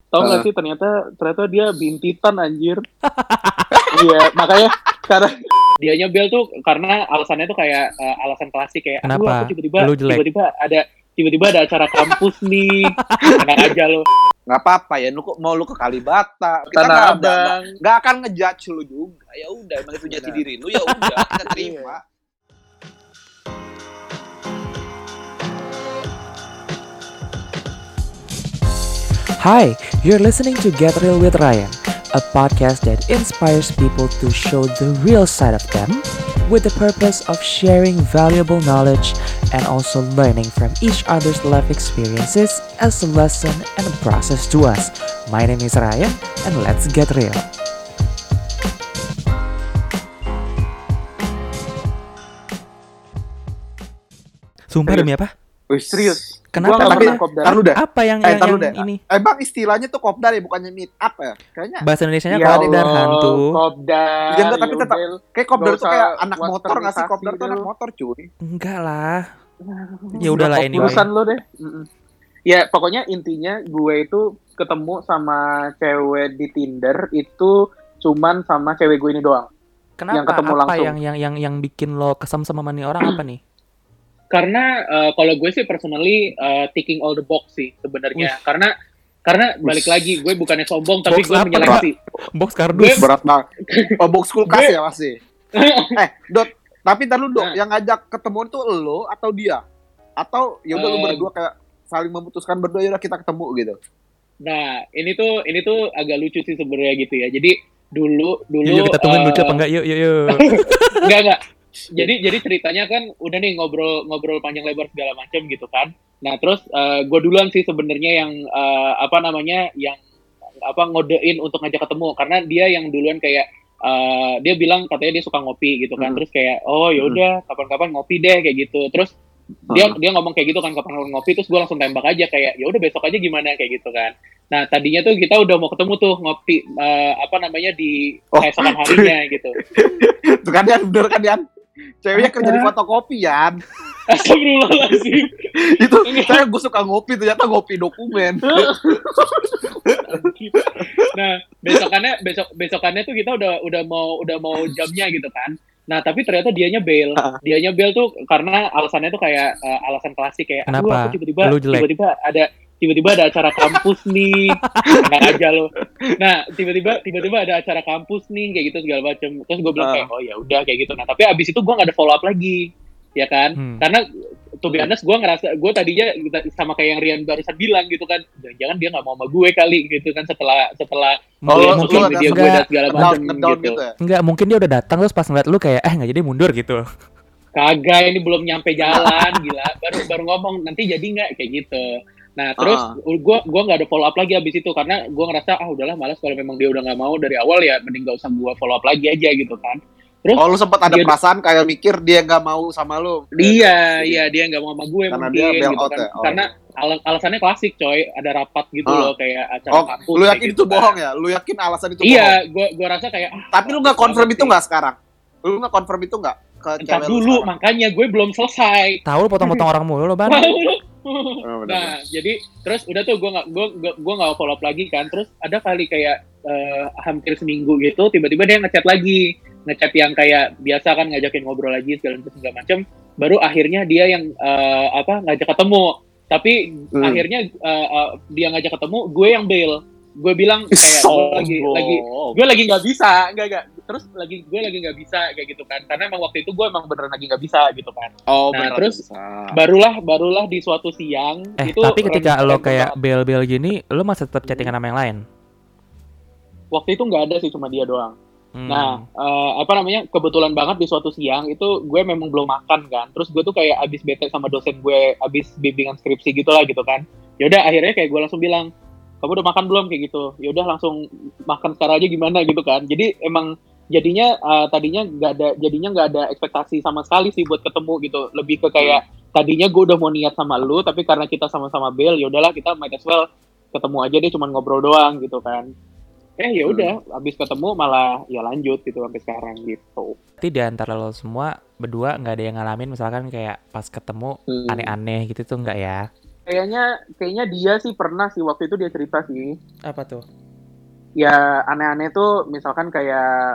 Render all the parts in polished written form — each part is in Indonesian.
Tahu nggak sih ternyata dia bintitan anjir. Iya, makanya karena dianya Bel tuh karena alasannya tuh kayak alasan klasik kayak aduh aku Kenapa? Lu jelek? tiba-tiba ada acara kampus nih. Tenang aja lo. Nggak apa-apa ya, mau lu ke Kalibata, kita Tanah nggak Abang. nggak akan ngejudge lu juga. Ya udah, emang itu jati diri lu, ya udah kita terima. Hi, you're listening to Get Real with Ryan, a podcast that inspires people to show the real side of them with the purpose of sharing valuable knowledge and also learning from each other's life experiences as a lesson and a process to us. My name is Ryan, and let's get real. Sumpah demi apa? Wih, Serius. Kenapa? Gua nggak Tapi pernah kopdar. tar lu dah. Apa yang Tar lu deh. ini? Emang istilahnya tuh kopdar ya, bukannya meet up ya? Kayaknya. Bahasa Indonesianya Ya kopdar Allah, hantu. Kopdar. Ya enggak, tapi tetap Yaudah. kayak kopdar Nggak tuh usah kayak anak motor nggak sih? westernisasi Kopdar tuh anak dulu. motor, cuy. Enggak lah. Ya udahlah anyway. Urusan lo deh. Ya pokoknya intinya gue itu ketemu sama cewek di Tinder itu cuman sama cewek gue ini doang. Kenapa? Yang ketemu Apa langsung. yang bikin lo kesam sama nih orang apa nih? Karena kalau gue sih personally ticking all the box sih sebenarnya. Karena balik lagi gue bukannya sombong tapi Box gue apa, menyeleksi. Box kardus. Berat banget. Oh, box kulkas Gue- ya masih. Dot, tapi ntar lu Dot, yang ngajak ketemuan tuh lo atau dia? Atau ya udah lu berdua kayak saling memutuskan berdua, ya udah kita ketemu gitu. Nah, ini tuh agak lucu sih sebenarnya gitu ya. Jadi dulu Yuk kita tungguin lucu apa enggak? Yuk. enggak. Jadi ceritanya kan udah nih ngobrol panjang lebar segala macam gitu kan. Nah, terus gue duluan sih sebenarnya yang ngodein untuk ngajak ketemu karena dia yang duluan kayak dia bilang katanya dia suka ngopi gitu kan. Terus kayak oh ya udah kapan-kapan ngopi deh kayak gitu. Terus dia ngomong kayak gitu kan kapan ngopi, terus gue langsung tembak aja kayak ya udah besok aja gimana kayak gitu kan. Nah, tadinya tuh kita udah mau ketemu tuh ngopi di keesokan harinya gitu. Itu kan Yan, bener kan Yan? Ceweknya kerja di fotokopi Yan. Astagfirullahaladzim. Itu gue suka ngopi, ternyata ngopi dokumen. Nah, besokannya tuh kita udah mau jamnya gitu kan. Nah, tapi ternyata dianya bail tuh karena alasannya tuh kayak alasan klasik kayak aduh Kenapa? aku Lu jelek? tiba-tiba ada acara kampus nih. Tenang aja lo. Nah, tiba-tiba ada acara kampus nih kayak gitu segala macam. Terus gue bilang kayak oh ya udah kayak gitu. Nah, tapi abis itu gue nggak ada follow up lagi. Ya kan? Karena to be honest gue tadinya sama kayak yang Rian barusan bilang gitu kan. Jangan-jangan dia nggak mau sama gue kali gitu kan setelah Mungkin sosial media gue dan segala macam ngedown gitu. gitu ya. Enggak, mungkin dia udah datang terus pas ngeliat lu kayak nggak jadi mundur gitu. Kagak, ini belum nyampe jalan, gila. Baru ngomong nanti jadi nggak kayak gitu. Nah, terus gue nggak ada follow up lagi abis itu karena gue ngerasa udahlah malas kalau memang dia udah nggak mau dari awal ya mending gak usah gue follow up lagi aja gitu kan. Terus lu sempat ada perasaan kayak mikir dia nggak mau sama lu. Iya, dia nggak mau sama gue Karena mungkin dia bail gitu out kan. ya? Karena alasannya klasik coy, ada rapat gitu loh kayak acara kampus. Lu yakin kayak itu gitu bohong kan. ya? Lu yakin alasan itu bohong? Iya, gue rasa kayak Tapi lu nggak confirm itu nggak sekarang? Lu nggak confirm itu nggak ke entar cewek lu dulu, sekarang? makanya gue belum selesai. Tahu lu potong-potong orang mulu lo, Bang. Nah, jadi terus udah tuh gue nggak follow up lagi kan. Terus ada kali kayak hampir seminggu gitu, tiba-tiba dia ngechat yang kayak biasa kan ngajakin ngobrol lagi segala macam. Baru akhirnya dia yang ngajak ketemu. Tapi akhirnya dia ngajak ketemu, gue yang bail. Gue bilang kayak gue lagi nggak bisa, enggak. Terus gue lagi nggak bisa kayak gitu kan. Karena emang waktu itu gue emang beneran lagi nggak bisa gitu kan. Nah, terus barulah di suatu siang itu Tapi ketika lo kayak banget. bel gini, lo masih tetap chattingan sama yang lain? Waktu itu nggak ada sih, cuma dia doang. Nah, kebetulan banget di suatu siang itu gue memang belum makan kan. Terus gue tuh kayak abis bete sama dosen gue, abis bimbingan skripsi gitulah gitu kan. Yaudah akhirnya kayak gue langsung bilang, kamu udah makan belum kayak gitu? Yaudah langsung makan sekarang aja gimana gitu kan. Jadi emang jadinya tadinya nggak ada ekspektasi sama sekali sih buat ketemu gitu. Lebih ke kayak tadinya gue udah mau niat sama lu, tapi karena kita sama-sama bail, yaudahlah kita might as well ketemu aja deh, cuman ngobrol doang gitu kan. Ya udah, abis ketemu malah ya lanjut gitu sampai sekarang gitu. Berarti di antara lo semua berdua nggak ada yang ngalamin misalkan kayak pas ketemu aneh-aneh gitu tuh nggak ya? Kayaknya dia sih pernah sih waktu itu dia cerita sih. Apa tuh? Ya aneh-aneh tuh misalkan kayak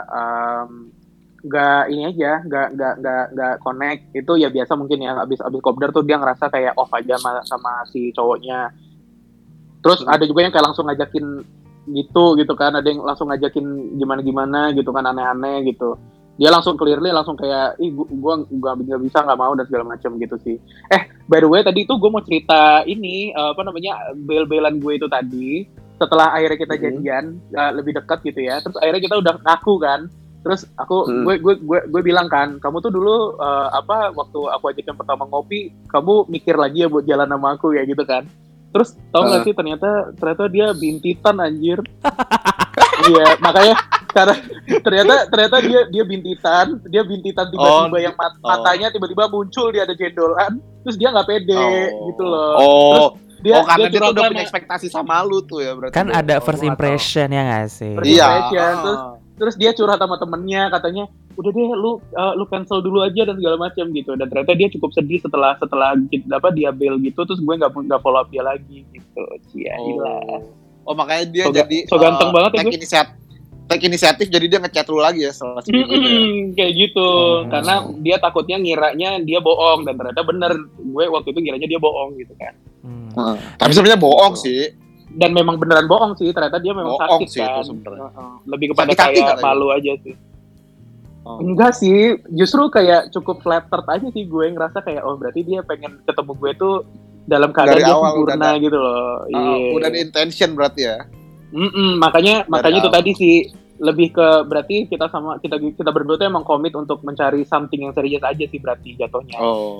nggak ini aja, nggak connect itu ya biasa mungkin ya abis kopdar tuh dia ngerasa kayak off aja sama si cowoknya. Terus ada juga yang kayak langsung ngajakin gitu kan, ada yang langsung ngajakin gimana gitu kan, aneh-aneh gitu. Dia langsung clearly langsung kayak gua nggak bisa, nggak mau dan segala macam gitu sih. By the way tadi itu gue mau cerita ini bel-belan gue itu tadi setelah akhirnya kita jadian lebih dekat gitu ya. Terus akhirnya kita udah ngaku kan. Terus gue bilang kan, kamu tuh dulu waktu aku ajakin pertama ngopi, kamu mikir lagi ya buat jalan sama aku ya gitu kan. Terus tau gak sih ternyata dia bintitan anjir. Iya, makanya karena ternyata dia bintitan tiba-tiba yang matanya tiba-tiba muncul, dia ada jendolan, terus dia nggak pede gitu loh. Terus karena dia tuh udah punya ekspektasi sama lu tuh ya berarti. Kan ada first impression ya nggak sih? First impression. Terus dia curhat sama temennya, katanya udah deh lu cancel dulu aja dan segala macam gitu. Dan ternyata dia cukup sedih setelah dia bail gitu. Terus gue nggak follow up dia lagi gitu. Gila. Makanya dia jadi ganteng banget ya take inisiatif, jadi dia ngechat lu lagi ya setelah seminggu ya. Kayak gitu. Karena dia takutnya ngiranya dia bohong, dan ternyata bener, gue waktu itu ngiranya dia bohong gitu kan. Tapi sebenarnya bohong sih. Dan memang beneran bohong sih, ternyata dia memang sakit sih, kan. Lebih lebih kepada kayak malu aja sih. Enggak sih, justru kayak cukup flattered aja sih, gue ngerasa kayak berarti dia pengen ketemu gue tuh dalam keadaan dia sempurna gitu loh. Udah ada intention berarti ya. Makanya itu tadi sih, lebih ke berarti kita berdua tuh emang komit untuk mencari something yang serius aja sih berarti jatuhnya.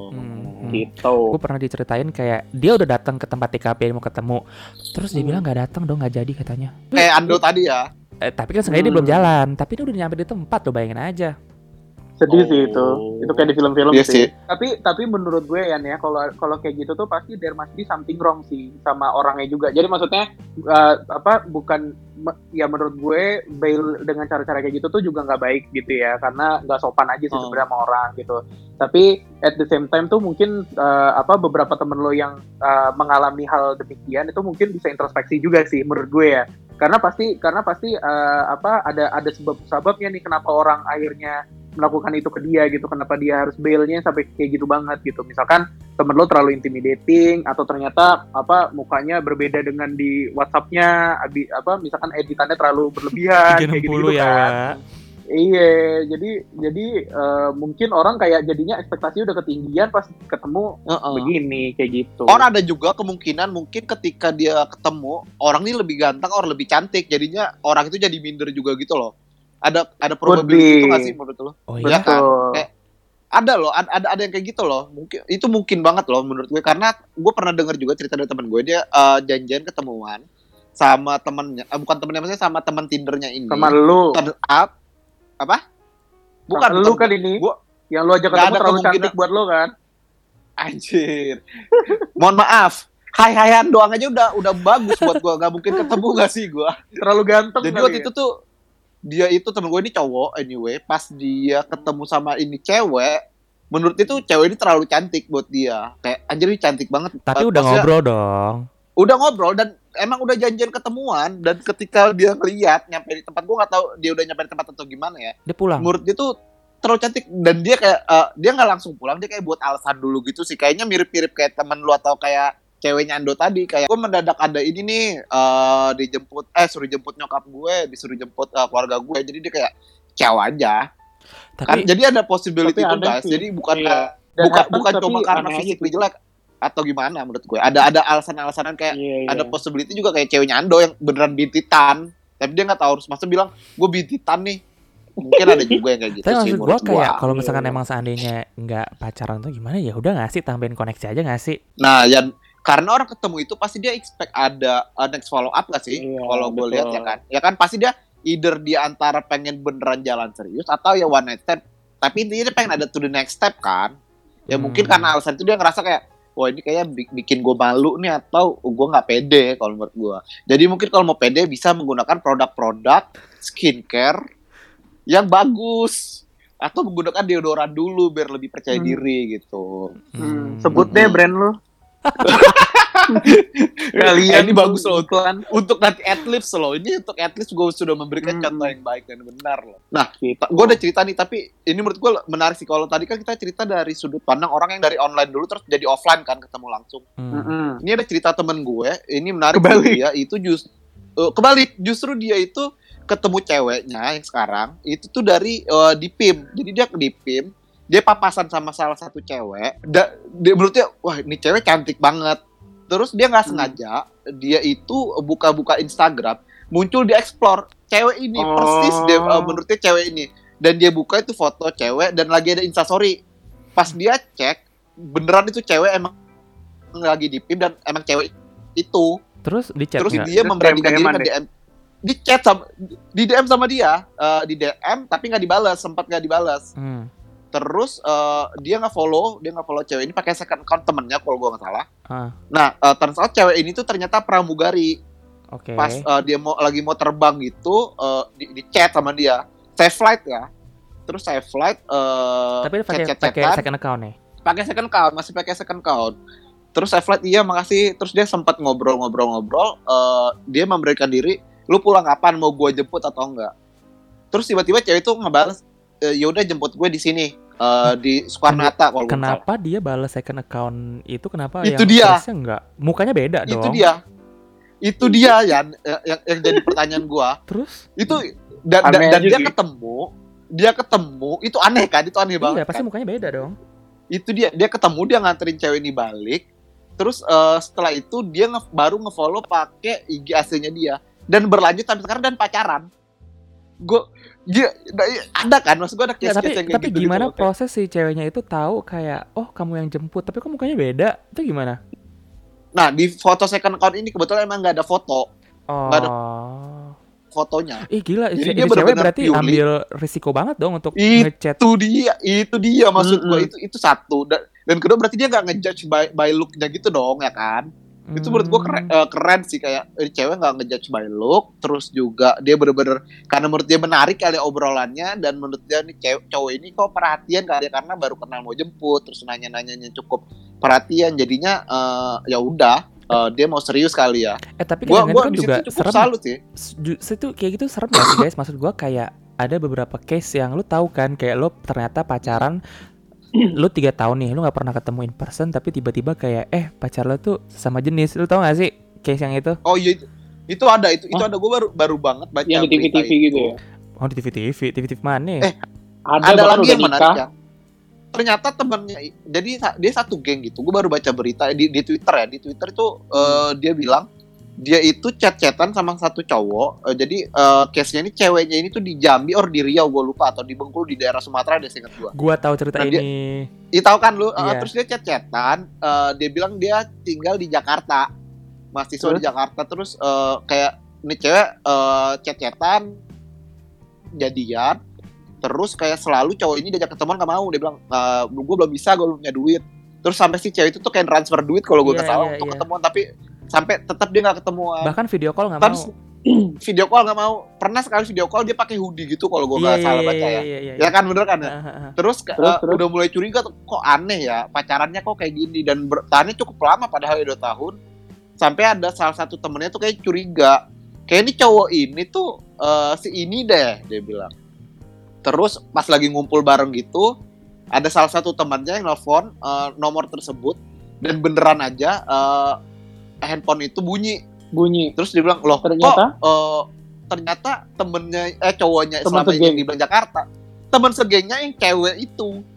Gitu. Gue pernah diceritain kayak dia udah datang ke tempat TKP mau ketemu, terus dia bilang nggak datang dong, nggak jadi katanya. Kayak Ando tadi ya. Tapi kan sengaja dia belum jalan, tapi dia udah nyampe di tempat lo, bayangin aja. Sedih sih itu kayak di film-film sih. Tapi menurut gue ya kalau kayak gitu tuh pasti there must be something wrong sih sama orangnya juga. Jadi maksudnya bukan ya, menurut gue bail dengan cara-cara kayak gitu tuh juga nggak baik gitu ya, karena nggak sopan aja sih sebenarnya sama orang gitu. Tapi at the same time tuh mungkin beberapa temen lo yang mengalami hal demikian itu mungkin bisa introspeksi juga sih menurut gue ya. Karena pasti ada sebab-sebabnya nih kenapa orang akhirnya melakukan itu ke dia gitu, kenapa dia harus bailnya sampai kayak gitu banget gitu. Misalkan temen lo terlalu intimidating, atau ternyata mukanya berbeda dengan di WhatsApp-nya, misalkan editannya terlalu berlebihan kayak gitu kan. Iya, jadi mungkin orang kayak jadinya ekspektasi udah ketinggian pas ketemu begini kayak gitu. Orang ada juga kemungkinan mungkin ketika dia ketemu orang ini lebih ganteng, orang lebih cantik, jadinya orang itu jadi minder juga gitu loh. Ada probability itu nggak sih menurut lo? Iya kan? Kayak ada yang kayak gitu loh. Mungkin banget loh menurut gue, karena gue pernah dengar juga cerita dari teman gue, dia janjian ketemuan sama temennya, bukan temennya, maksudnya sama teman Tindernya ini. Sama lu. Apa? Bukan lu kan ini. Yang lu ajak ketemu terlalu cantik buat lo kan? Anjir. Mohon maaf. Hai-haian doang aja udah bagus buat gue. Gak mungkin ketemu gak sih gue? Terlalu ganteng. Jadi waktu itu tuh dia itu temen gue ini cowok anyway, pas dia ketemu sama ini cewek, menurut dia tuh cewek ini terlalu cantik buat dia. Kayak anjir ini cantik banget. Tapi udah ngobrol dong. Udah ngobrol dan emang udah janjian ketemuan, dan ketika dia ngeliat nyampe di tempat, gue nggak tahu dia udah nyampe di tempat atau gimana ya. Dia pulang. Menurut dia tuh terlalu cantik, dan dia kayak dia nggak langsung pulang, dia kayak buat alasan dulu gitu sih. Kayaknya mirip-mirip kayak temen lu atau kayak ceweknya Ando tadi, kayak gue mendadak ada ini nih suruh jemput nyokap gue, disuruh jemput keluarga gue, jadi dia kayak ciao aja. Tapi jadi ada possibility itu guys, jadi bukan cuma karena fisiknya jelek atau gimana. Menurut gue ada alasan-alasan kayak ada possibility juga kayak ceweknya Ando yang beneran bintitan, tapi dia nggak tahu harus masa bilang gue bintitan nih. Mungkin ada juga yang kayak gitu. Tapi sih. Maksud gue kayak kalau misalkan emang seandainya nggak pacaran atau gimana, ya udah nggak sih, tambahin koneksi aja nggak sih? Nah, karena orang ketemu itu pasti dia expect ada next follow up gak sih? Kalau gue lihat ya kan pasti dia either dia antara pengen beneran jalan serius atau ya one night stand. Tapi intinya dia pengen ada to the next step kan. Ya mungkin karena alasan itu dia ngerasa kayak, wah ini kayaknya bikin gue malu nih, atau gue nggak pede kalau menurut gue. Jadi mungkin kalau mau pede bisa menggunakan produk-produk skincare yang bagus, atau menggunakan deodoran dulu biar lebih percaya diri gitu. Sebut deh brand lu. Kalian ini bagus loh iklan. untuk nanti atlet loh. Ini untuk atlet gue sudah memberikan contoh yang baik dan benar loh. Nah, Gitu. gue udah cerita nih, tapi ini menurut gue menarik sih. Kalau tadi kan kita cerita dari sudut pandang orang yang dari online dulu terus jadi offline kan, ketemu langsung. Ini ada cerita temen gue, ini menarik sih dia, itu kebalik, justru dia itu ketemu ceweknya yang sekarang, itu tuh dari di PIM. Jadi dia di PIM, dia papasan sama salah satu cewek, dia menurutnya, wah ini cewek cantik banget. Terus dia nggak sengaja, dia itu buka-buka Instagram, muncul di explore cewek ini, persis dia menurutnya cewek ini. Dan dia buka itu foto cewek dan lagi ada instastory. Pas dia cek, beneran itu cewek emang lagi di PIM dan emang cewek itu. Terus di chat Terus nggak? dia memberanikan diri DM-an nge-DM. Di chat sama, di DM sama dia, di DM tapi nggak dibalas, sempat nggak dibalas. Terus dia nggak follow cewek ini pakai second account temennya kalau gue nggak salah. Nah, turns out cewek ini tuh ternyata pramugari. Oke. Pas dia lagi mau terbang gitu, di chat sama dia, save flight ya. Terus save flight, Tapi pakai second account nih. Pakai second account, masih pakai second account. Terus save flight iya makasih. Terus dia sempat ngobrol. Dia memberikan diri, lu pulang kapan, mau gue jemput atau enggak? Terus tiba-tiba cewek itu ngebales, ya udah jemput gue di sini. Di Soekarnata kalau kenapa dia balas second account itu? Kenapa itu yang dia firstnya enggak? Mukanya beda dong. Itu dia yang jadi pertanyaan gua. Terus itu dan dia ketemu itu aneh kan, itu aneh banget. Iya, pasti kan? mukanya beda dong. Itu dia ketemu, dia nganterin cewek ini balik. Terus setelah itu dia baru ngefollow pakai IG aslinya dia dan berlanjut sampai sekarang dan pacaran. Dia ada kan, maksud gue ada case-case yang kayak tapi gitu. gimana gitu, proses si ceweknya itu tahu kayak, oh kamu yang jemput, tapi kok mukanya beda? Itu gimana? Nah, di foto second account ini kebetulan emang nggak ada foto. Nggak ada fotonya. Gila, jadi dia cewek berarti ambil risiko banget dong untuk ngechat. Itu dia maksud gue, itu satu. Dan kedua berarti dia nggak ngejudge by look-nya gitu dong, ya kan? Itu menurut gue keren sih, kayak cewek nggak ngejudge by look, terus juga dia bener-bener karena menurut dia menarik kali obrolannya, dan menurut dia nih cowok ini kok perhatian kali ya, karena baru kenal mau jemput, terus nanya-nanyanya cukup perhatian, jadinya ya udah dia mau serius kali ya. Tapi kadang-kadang kan juga serem. Salut sih. Itu kayak gitu serem gak sih guys? Maksud gue kayak ada beberapa case yang lu tahu kan, kayak lu ternyata pacaran lu 3 tahun nih, lu gak pernah ketemu in person, tapi tiba-tiba kayak pacar lu tuh sama jenis. Lu tau gak sih case yang itu? Oh iya, itu ada, itu ada. Gue baru banget baca yang di TV-TV gitu ya. Oh, di TV mana? Ada lagi yang menarik ya. Ternyata temennya, jadi dia satu geng gitu. Gue baru baca berita di Twitter ya. Di Twitter itu dia bilang dia itu chat-chatan sama satu cowok. Jadi case-nya ini, ceweknya ini tuh di Jambi or di Riau, gue lupa, atau di Bengkulu, di daerah Sumatera deh seingat gue. Gue tahu cerita ini. Iya tahu kan lu? Terus dia chat-chatan. Dia bilang dia tinggal di Jakarta, mahasiswa di Jakarta. Terus kayak ini cewek chat-chatan, jadian. Terus kayak selalu cowok ini diajak ketemuan gak mau. Dia bilang, gue belum bisa, gue belum punya duit. Terus sampai si cewek itu tuh kayak transfer duit kalau gue gak salah untuk ketemuan, tapi sampai tetap dia gak ketemuan. Bahkan video call gak mau. Video call gak mau. Pernah sekali video call dia pakai hoodie gitu kalau gue gak salah baca ya. Ya kan, bener kan ya? Terus udah mulai curiga tuh, kok aneh ya pacarannya kok kayak gini. Dan bertahannya cukup lama, padahal 2 tahun. Sampai ada salah satu temennya tuh kayak curiga, kayak ini cowok ini tuh si ini deh, dia bilang. Terus pas lagi ngumpul bareng gitu, ada salah satu temannya yang nelfon nomor tersebut, dan beneran aja handphone itu bunyi. Terus dia bilang, loh ternyata temennya cowoknya selama ini di Jakarta, teman segengnya yang cewek itu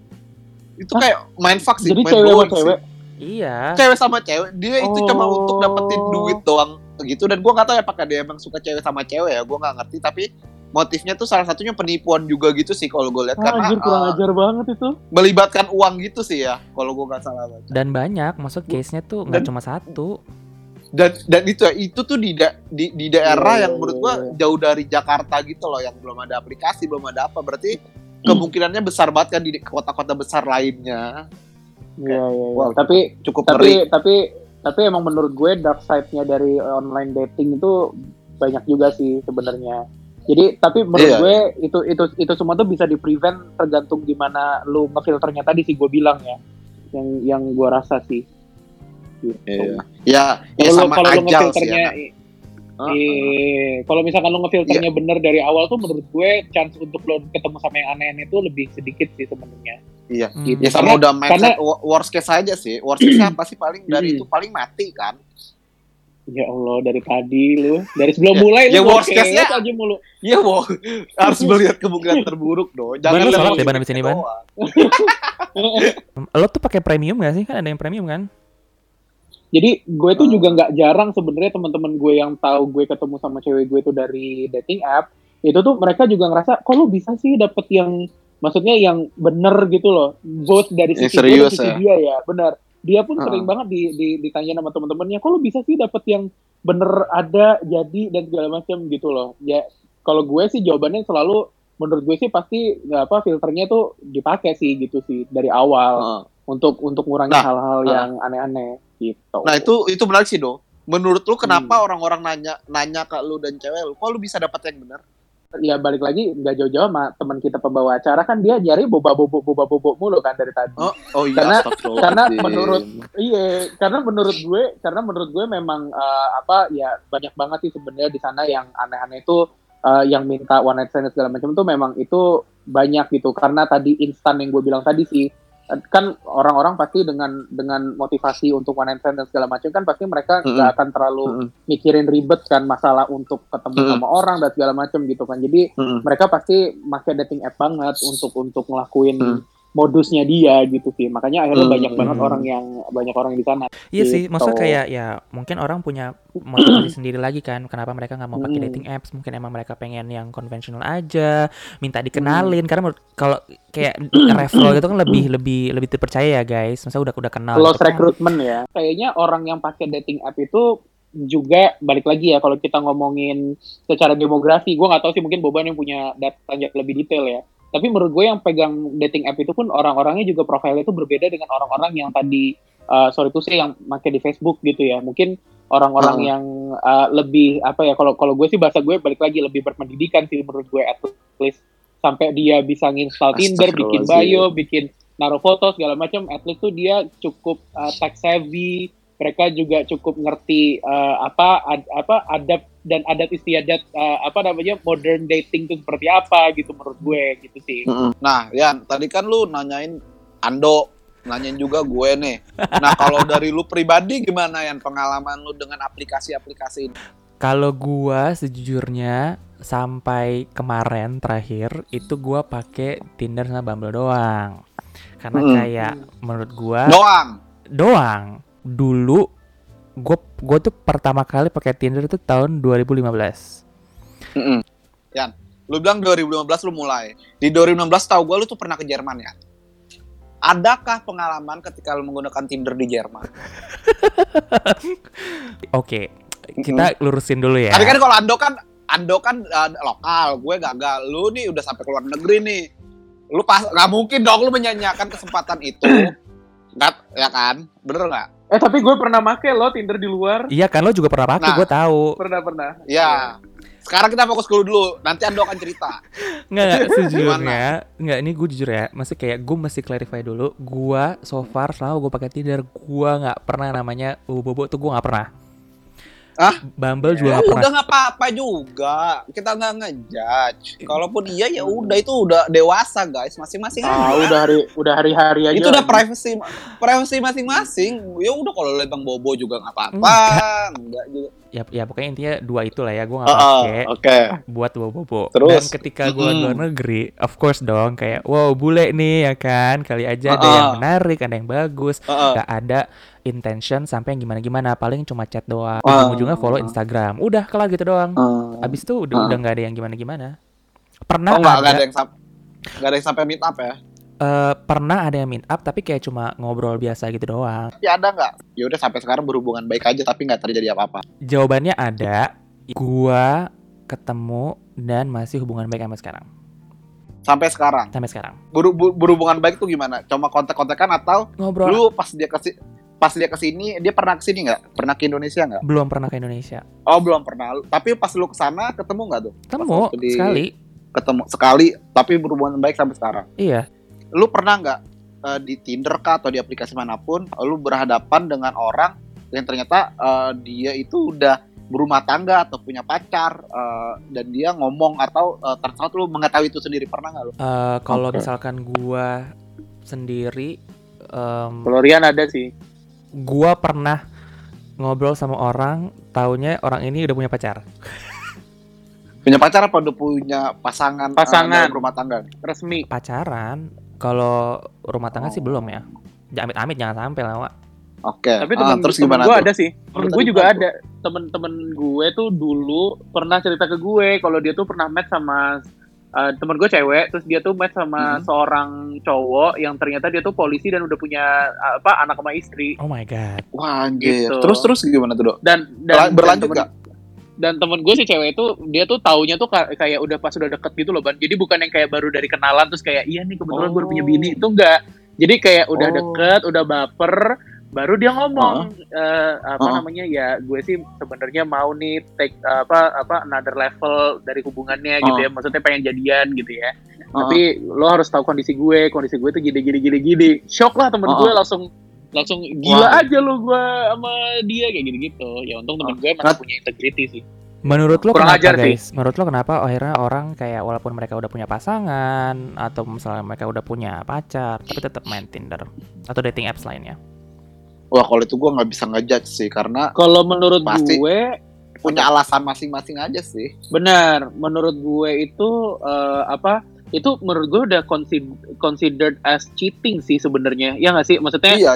kayak main fuck sih. Jadi cewek sama cewek. Iya. Cewek sama cewek, dia itu cuma untuk dapetin duit doang gitu. Dan gue nggak tahu ya apakah dia emang suka cewek sama cewek ya, gue nggak ngerti. Tapi motifnya tuh salah satunya penipuan juga gitu sih kalau gue lihat, karena kurang ajar banget itu. Melibatkan uang gitu sih ya kalau gue nggak salah baca. Dan banyak, maksud case-nya tuh nggak cuma satu. Dan itu tuh di daerah yang menurut gue jauh dari Jakarta gitu loh, yang belum ada aplikasi, belum ada apa. Berarti kemungkinannya besar banget kan di kota-kota besar lainnya. Iya. Wow, tapi cukup ngeri. Tapi emang menurut gue dark side-nya dari online dating itu banyak juga sih sebenarnya. Jadi tapi menurut gue itu semua tuh bisa di-prevent tergantung gimana lu ngefilternya tadi sih, gue bilang ya. Yang gue rasa sih. gitu. Ya sama kalau lu ajal sih ngefilternya kalau misalkan lo ngefilternya bener dari awal tuh menurut gue chance untuk lo ketemu sama yang aneh-aneh itu lebih sedikit sih sebenarnya. Iya. Gitu. Ya sama udah mindset worst case aja sih. Worst case apa sih paling dari itu paling mati kan. Ya Allah, dari tadi lu, dari sebelum mulai lu worst case-nya aja mulu. Iya, harus melihat kemungkinan terburuk dong. Jangan lihat ya ban abis ini ban. Lo tuh pakai premium gak sih? Kan ada yang premium kan? Jadi gue tuh juga nggak jarang sebenarnya teman-teman gue yang tahu gue ketemu sama cewek gue itu dari dating app, itu tuh mereka juga ngerasa, kok lu bisa sih dapet yang, maksudnya yang bener gitu loh, both dari sisi gue dan sisi dia ya, benar. Dia pun sering banget ditanya sama teman-temannya, kok lu bisa sih dapet yang bener ada, jadi dan segala macam gitu loh. Ya kalau gue sih jawabannya selalu, menurut gue sih pasti filternya tuh dipakai sih gitu sih dari awal untuk ngurangi hal-hal yang aneh-aneh gitu. Nah itu menarik sih Do. Menurut lu kenapa orang-orang nanya ke lu dan cewek lu, kok lu bisa dapet yang bener? Ya balik lagi nggak jauh-jauh sama teman kita pembawa acara kan, dia nyari boba bobo mulu kan dari tadi. Oh iya. Karena menurut gue memang ya banyak banget sih sebenarnya di sana yang aneh-aneh itu, yang minta one night stand segala macam tuh memang itu banyak gitu. Karena tadi instan yang gue bilang tadi sih, kan orang-orang pasti dengan motivasi untuk one night stand dan segala macam kan pasti mereka nggak akan terlalu mikirin ribet kan masalah untuk ketemu sama orang dan segala macam gitu kan. Jadi mereka pasti pakai dating app banget untuk ngelakuin modusnya dia gitu sih. Makanya akhirnya banyak banget orang di sana. Iya gitu sih, maksudnya kayak ya mungkin orang punya motivasi sendiri lagi kan, kenapa mereka nggak mau pakai dating apps. Mungkin emang mereka pengen yang konvensional aja, minta dikenalin. Karena kalau kayak referral gitu kan lebih terpercaya ya guys. Masa udah kenal. Close gitu recruitment kan. Ya. Kayaknya orang yang pakai dating app itu juga balik lagi ya, kalau kita ngomongin secara demografi, gue nggak tahu sih, mungkin Boban yang punya data lebih detail ya. Tapi menurut gue yang pegang dating app itu pun orang-orangnya juga profilnya itu berbeda dengan orang-orang yang tadi yang pakai di Facebook gitu ya. Mungkin orang-orang yang lebih kalau gue sih bahasa gue balik lagi lebih berpendidikan sih menurut gue, at least sampai dia bisa nginstal Tinder, bikin bio, bikin naruh foto segala macam, at least tuh dia cukup tech savvy. Mereka juga cukup ngerti adab dan adat istiadat modern dating itu seperti apa gitu menurut gue gitu sih. Nah, Yan, tadi kan lu nanyain Ando, nanyain juga gue nih. Nah, kalau dari lu pribadi gimana Yan pengalaman lu dengan aplikasi-aplikasi ini? Kalau gue sejujurnya sampai kemarin terakhir itu gue pakai Tinder sama Bumble doang. Karena kayak menurut gue doang. Dulu gue tuh pertama kali pakai Tinder itu tahun 2015. Yan, lu bilang 2015 lu mulai. Di 2016 tahu gue lu tuh pernah ke Jerman ya. Adakah pengalaman ketika lu menggunakan Tinder di Jerman? Oke, kita lurusin dulu ya. Tapi kan kalau Ando kan lokal, gue gagal. Lu nih udah sampai keluar negeri nih. Lu nggak mungkin dong lu menyanyiakan kesempatan itu. Nggak, ya kan? Bener nggak? Tapi gue pernah make lo Tinder di luar. Iya kan, lo juga pernah pakai, gue tahu. Pernah. Iya. Sekarang kita fokus dulu, nanti Ando akan cerita. Nggak, sejujurnya, ini gue jujur ya, masih kayak gue mesti clarify dulu. Gue so far selalu gue pakai Tinder, gue nggak pernah namanya bobo tuh gue nggak pernah. Bumble juga nggak pernah. Udah nggak apa-apa juga, kita nggak ngejudge. Kalaupun iya ya udah, itu udah dewasa guys, masing-masing. Udah hari-hari aja. Itu udah privacy masing-masing. Ya udah kalau lihat Bang Bobo juga nggak apa-apa. Enggak juga. Ya pokoknya intinya dua itulah ya, gue nggak pakai buat bobo. Dan ketika gue luar negeri, of course dong, kayak wow bule nih ya kan, kali aja ada yang menarik, ada yang bagus, nggak ada intention sampai yang gimana-gimana, paling cuma chat doang, ujung-ujungnya follow Instagram, udah kelar gitu doang. Abis itu udah nggak ada yang gimana-gimana. Pernah nggak ada yang sampai meet up ya? Pernah ada yang meet up tapi kayak cuma ngobrol biasa gitu doang. Ya ada nggak? Ya udah sampai sekarang berhubungan baik aja tapi nggak terjadi apa-apa. Jawabannya ada. Gua ketemu dan masih hubungan baik sampai sekarang. Sampai sekarang. Berhubungan baik tuh gimana? Cuma kontak-kontakan atau ngobrol? Lu pas dia kesini, dia pernah kesini nggak? Pernah ke Indonesia nggak? Belum pernah ke Indonesia. Oh belum pernah. Tapi pas lu kesana ketemu nggak tuh? Ketemu sekali. Tapi berhubungan baik sampai sekarang. Iya. Lu pernah nggak di Tinder kah atau di aplikasi manapun, lu berhadapan dengan orang yang ternyata dia itu udah berumah tangga atau punya pacar, dan dia ngomong atau ternyata lu mengetahui itu sendiri, pernah nggak lu? Kalau misalkan gua sendiri, Kalau Rian ada sih. gua pernah ngobrol sama orang, taunya orang ini udah punya pacar. Punya pacar apa udah punya pasangan dalam rumah tangga? Resmi. Pacaran, kalau rumah tangga sih belum ya. Amit-amit jangan sampai lah, Wak. Oke. Tapi Terus temen gimana gue tuh? ada sih. Temen gue juga ada. Temen gue tuh dulu pernah cerita ke gue kalau dia tuh pernah match sama temen gue cewek, terus dia tuh match sama seorang cowok yang ternyata dia tuh polisi dan udah punya anak sama istri. Oh my god. Wah, anjir. Gitu. Terus gimana tuh, Dok? Dan Berlanjut nggak? Dan temen gue si cewek itu dia tuh taunya tuh kayak udah pas udah deket gitu loh, Ban. Jadi bukan yang kayak baru dari kenalan terus kayak iya nih kebetulan gue udah punya bini, itu enggak. Jadi kayak udah deket, udah baper, baru dia ngomong namanya ya gue sih sebenarnya mau nih take another level dari hubungannya gitu ya. Maksudnya pengen jadian gitu ya. Tapi lo harus tahu kondisi gue tuh gini. Shock lah temen gue langsung gila aja lo gue sama dia kayak gitu-gitu. Ya untung temen gue masih punya integrity sih. Menurut lo Kurang kenapa ajar guys? Menurut lo kenapa akhirnya orang kayak walaupun mereka udah punya pasangan atau misalnya mereka udah punya pacar tapi tetap main Tinder atau dating apps lainnya? Wah, kalau itu gue nggak bisa ngejudge sih, karena kalau menurut pasti gue punya alasan masing-masing aja sih. Benar, menurut gue itu itu menurut gue udah considered as cheating sih sebenarnya. Ya nggak sih? Maksudnya Iya.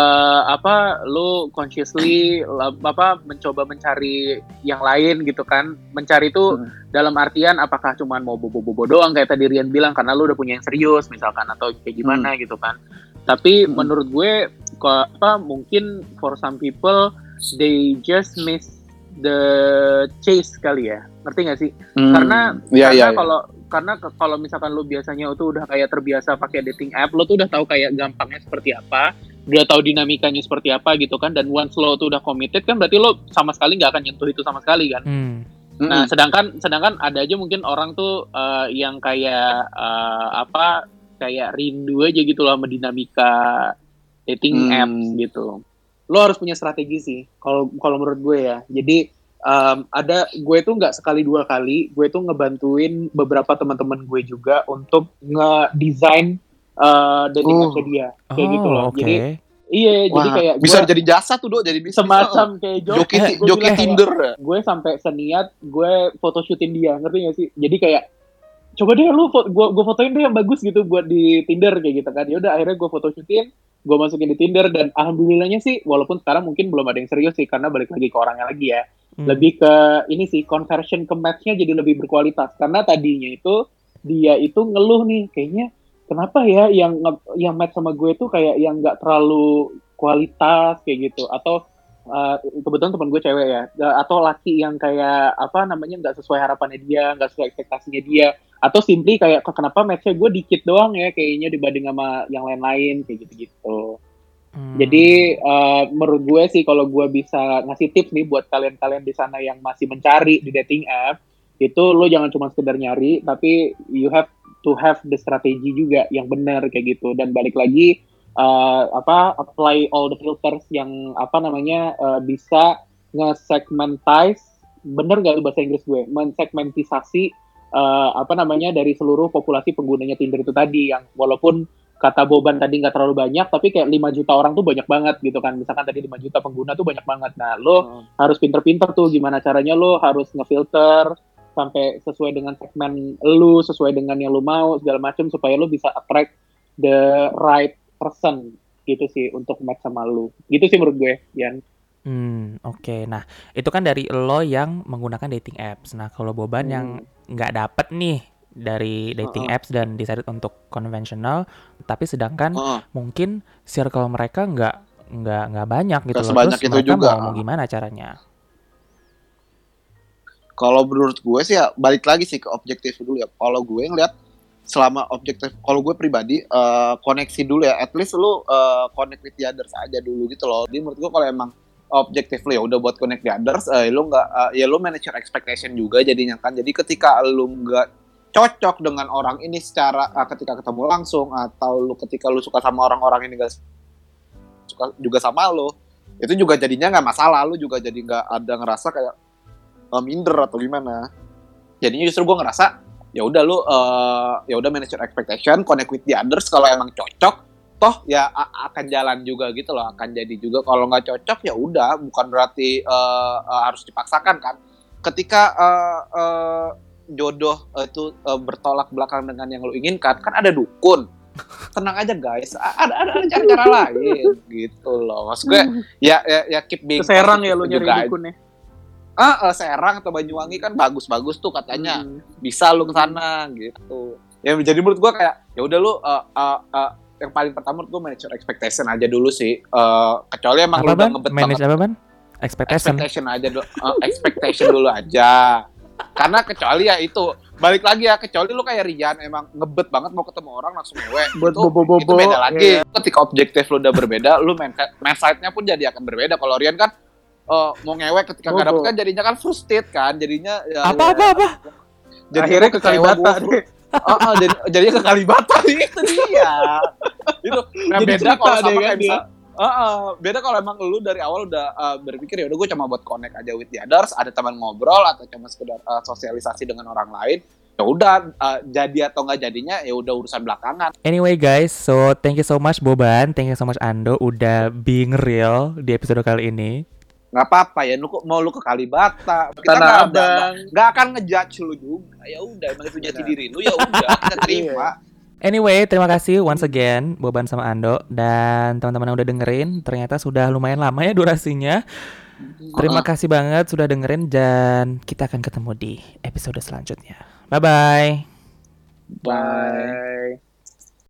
lo consciously mencoba mencari yang lain gitu kan. Mencari itu dalam artian apakah cuma mau bobo-bobo doang kayak tadi Rian bilang karena lo udah punya yang serius misalkan atau kayak gimana gitu kan. Tapi menurut gue mungkin for some people they just miss the chase kali ya, ngerti nggak sih? Karena kalau misalkan lo biasanya itu udah kayak terbiasa pakai dating app, lo tuh udah tahu kayak gampangnya seperti apa, udah tahu dinamikanya seperti apa gitu kan, dan once lo tuh udah committed kan berarti lo sama sekali nggak akan nyentuh itu sama sekali kan. Nah sedangkan ada aja mungkin orang tuh yang kayak kayak rindu aja gitu loh sama dinamika dating apps gitu. Lo harus punya strategi sih kalau menurut gue ya. Jadi gue tuh nggak sekali dua kali, gue tuh ngebantuin beberapa teman-teman gue juga untuk ngedesain dating apps dia kayak gitu loh. Okay. Jadi jadi kayak bisa jadi jasa tuh, Dok, jadi bisnis. Semacam kayak joki Tinder. Gue sampai seniat gue photoshootin dia, ngerti gak sih? Jadi kayak coba deh lu gue fotoin deh yang bagus gitu buat di Tinder kayak gitu kan. Ya udah akhirnya gue photoshootin, gue masukin di Tinder, dan alhamdulillahnya sih walaupun sekarang mungkin belum ada yang serius sih karena balik lagi ke orangnya lagi ya. Lebih ke ini sih, conversion ke match-nya jadi lebih berkualitas karena tadinya itu dia itu ngeluh nih kayaknya kenapa ya yang match sama gue tuh kayak yang nggak terlalu kualitas kayak gitu, atau kebetulan teman gue cewek ya, atau laki yang kayak nggak sesuai harapannya dia, nggak sesuai ekspektasinya dia, atau simply kayak kenapa match-nya gue dikit doang ya kayaknya dibanding sama yang lain-lain kayak gitu-gitu. Jadi menurut gue sih kalau gue bisa ngasih tips nih buat kalian-kalian di sana yang masih mencari di dating app, itu lo jangan cuma sekedar nyari, tapi you have to have the strategi juga yang benar kayak gitu. Dan balik lagi apply all the filters yang bisa nge-segmentize, bener gak bahasa Inggris gue, mensegmentisasi dari seluruh populasi penggunanya Tinder itu tadi, yang walaupun kata Boban tadi nggak terlalu banyak, tapi kayak 5 juta orang tuh banyak banget gitu kan. Misalkan tadi 5 juta pengguna tuh banyak banget. Nah, lo harus pinter-pinter tuh gimana caranya lo harus ngefilter sampai sesuai dengan segmen lo, sesuai dengan yang lo mau, segala macam, supaya lo bisa attract the right person gitu sih untuk match sama lo. Gitu sih menurut gue, Yan. Oke. Nah, itu kan dari lo yang menggunakan dating apps. Nah, kalau Boban yang nggak dapet nih dari dating apps dan decided untuk konvensional, tapi sedangkan mungkin circle mereka nggak banyak gitu loh. Terus itu mereka juga. mau gimana caranya? Kalau menurut gue sih ya balik lagi sih ke objektif dulu ya. Kalau gue ngeliat selama objektif, kalau gue pribadi koneksi dulu ya. At least lu connect with the others aja dulu gitu loh. Jadi menurut gue kalau emang objektif lu ya udah buat connect the others, lu nggak lu manage your expectation juga jadinya kan. Jadi ketika lu nggak cocok dengan orang ini secara ketika ketemu langsung, atau ketika lu suka sama orang-orang ini gak suka juga sama lu, itu juga jadinya nggak masalah, lu juga jadi nggak ada ngerasa kayak minder atau gimana. Jadinya justru gue ngerasa ya udah lu ya udah manage your expectation, connect with the others, kalau emang cocok toh ya akan jalan juga gitu loh, akan jadi juga. Kalau nggak cocok ya udah, bukan berarti harus dipaksakan kan. Ketika jodoh itu bertolak belakang dengan yang lu inginkan, kan ada dukun. Tenang aja guys, ada cara-cara lain gitu loh. Maksud gue ya keep being Serang ya lu nyari dukunnya. Serang atau Banyuwangi kan bagus-bagus tuh katanya. Bisa lu kesana gitu. Ya jadi menurut gue kayak ya udah lu yang paling pertama menurut gue manage your expectation aja dulu sih. Kecuali emang lu udah ngebet manage banget. apa ban? Expectation Aja dulu. Expectation dulu aja. Karena kecuali ya itu balik lagi ya, kecuali lu kayak Rian emang ngebet banget mau ketemu orang langsung ngewe itu beda lagi. Ketika objektif lu udah berbeda, lu mindset-nya pun jadi akan berbeda. Kalau Rian kan mau ngewe ketika nggak dapet kan jadinya kan frustrated kan, jadinya apa jadi akhirnya ke Kalibata jadinya ke Kalibata itu dia itu. Nah beda kalau sama kayak bisa beda kalau emang lu dari awal udah berpikir ya udah gue cuma buat connect aja with the others, ada teman ngobrol atau cuma sekedar sosialisasi dengan orang lain, ya udah jadi atau nggak jadinya ya udah urusan belakangan. Anyway guys, so thank you so much Boban, thank you so much Ando udah being real di episode kali ini. Nggak apa-apa ya, mau lu ke Kalibata kita nggak akan ngejudge lu juga, ya udah emang itu jati diri lu, ya udah kita terima. Anyway, terima kasih once again Boban sama Ando. Dan teman-teman yang udah dengerin, ternyata sudah lumayan lama ya durasinya. Terima kasih banget sudah dengerin, dan kita akan ketemu di episode selanjutnya. Bye-bye. Bye.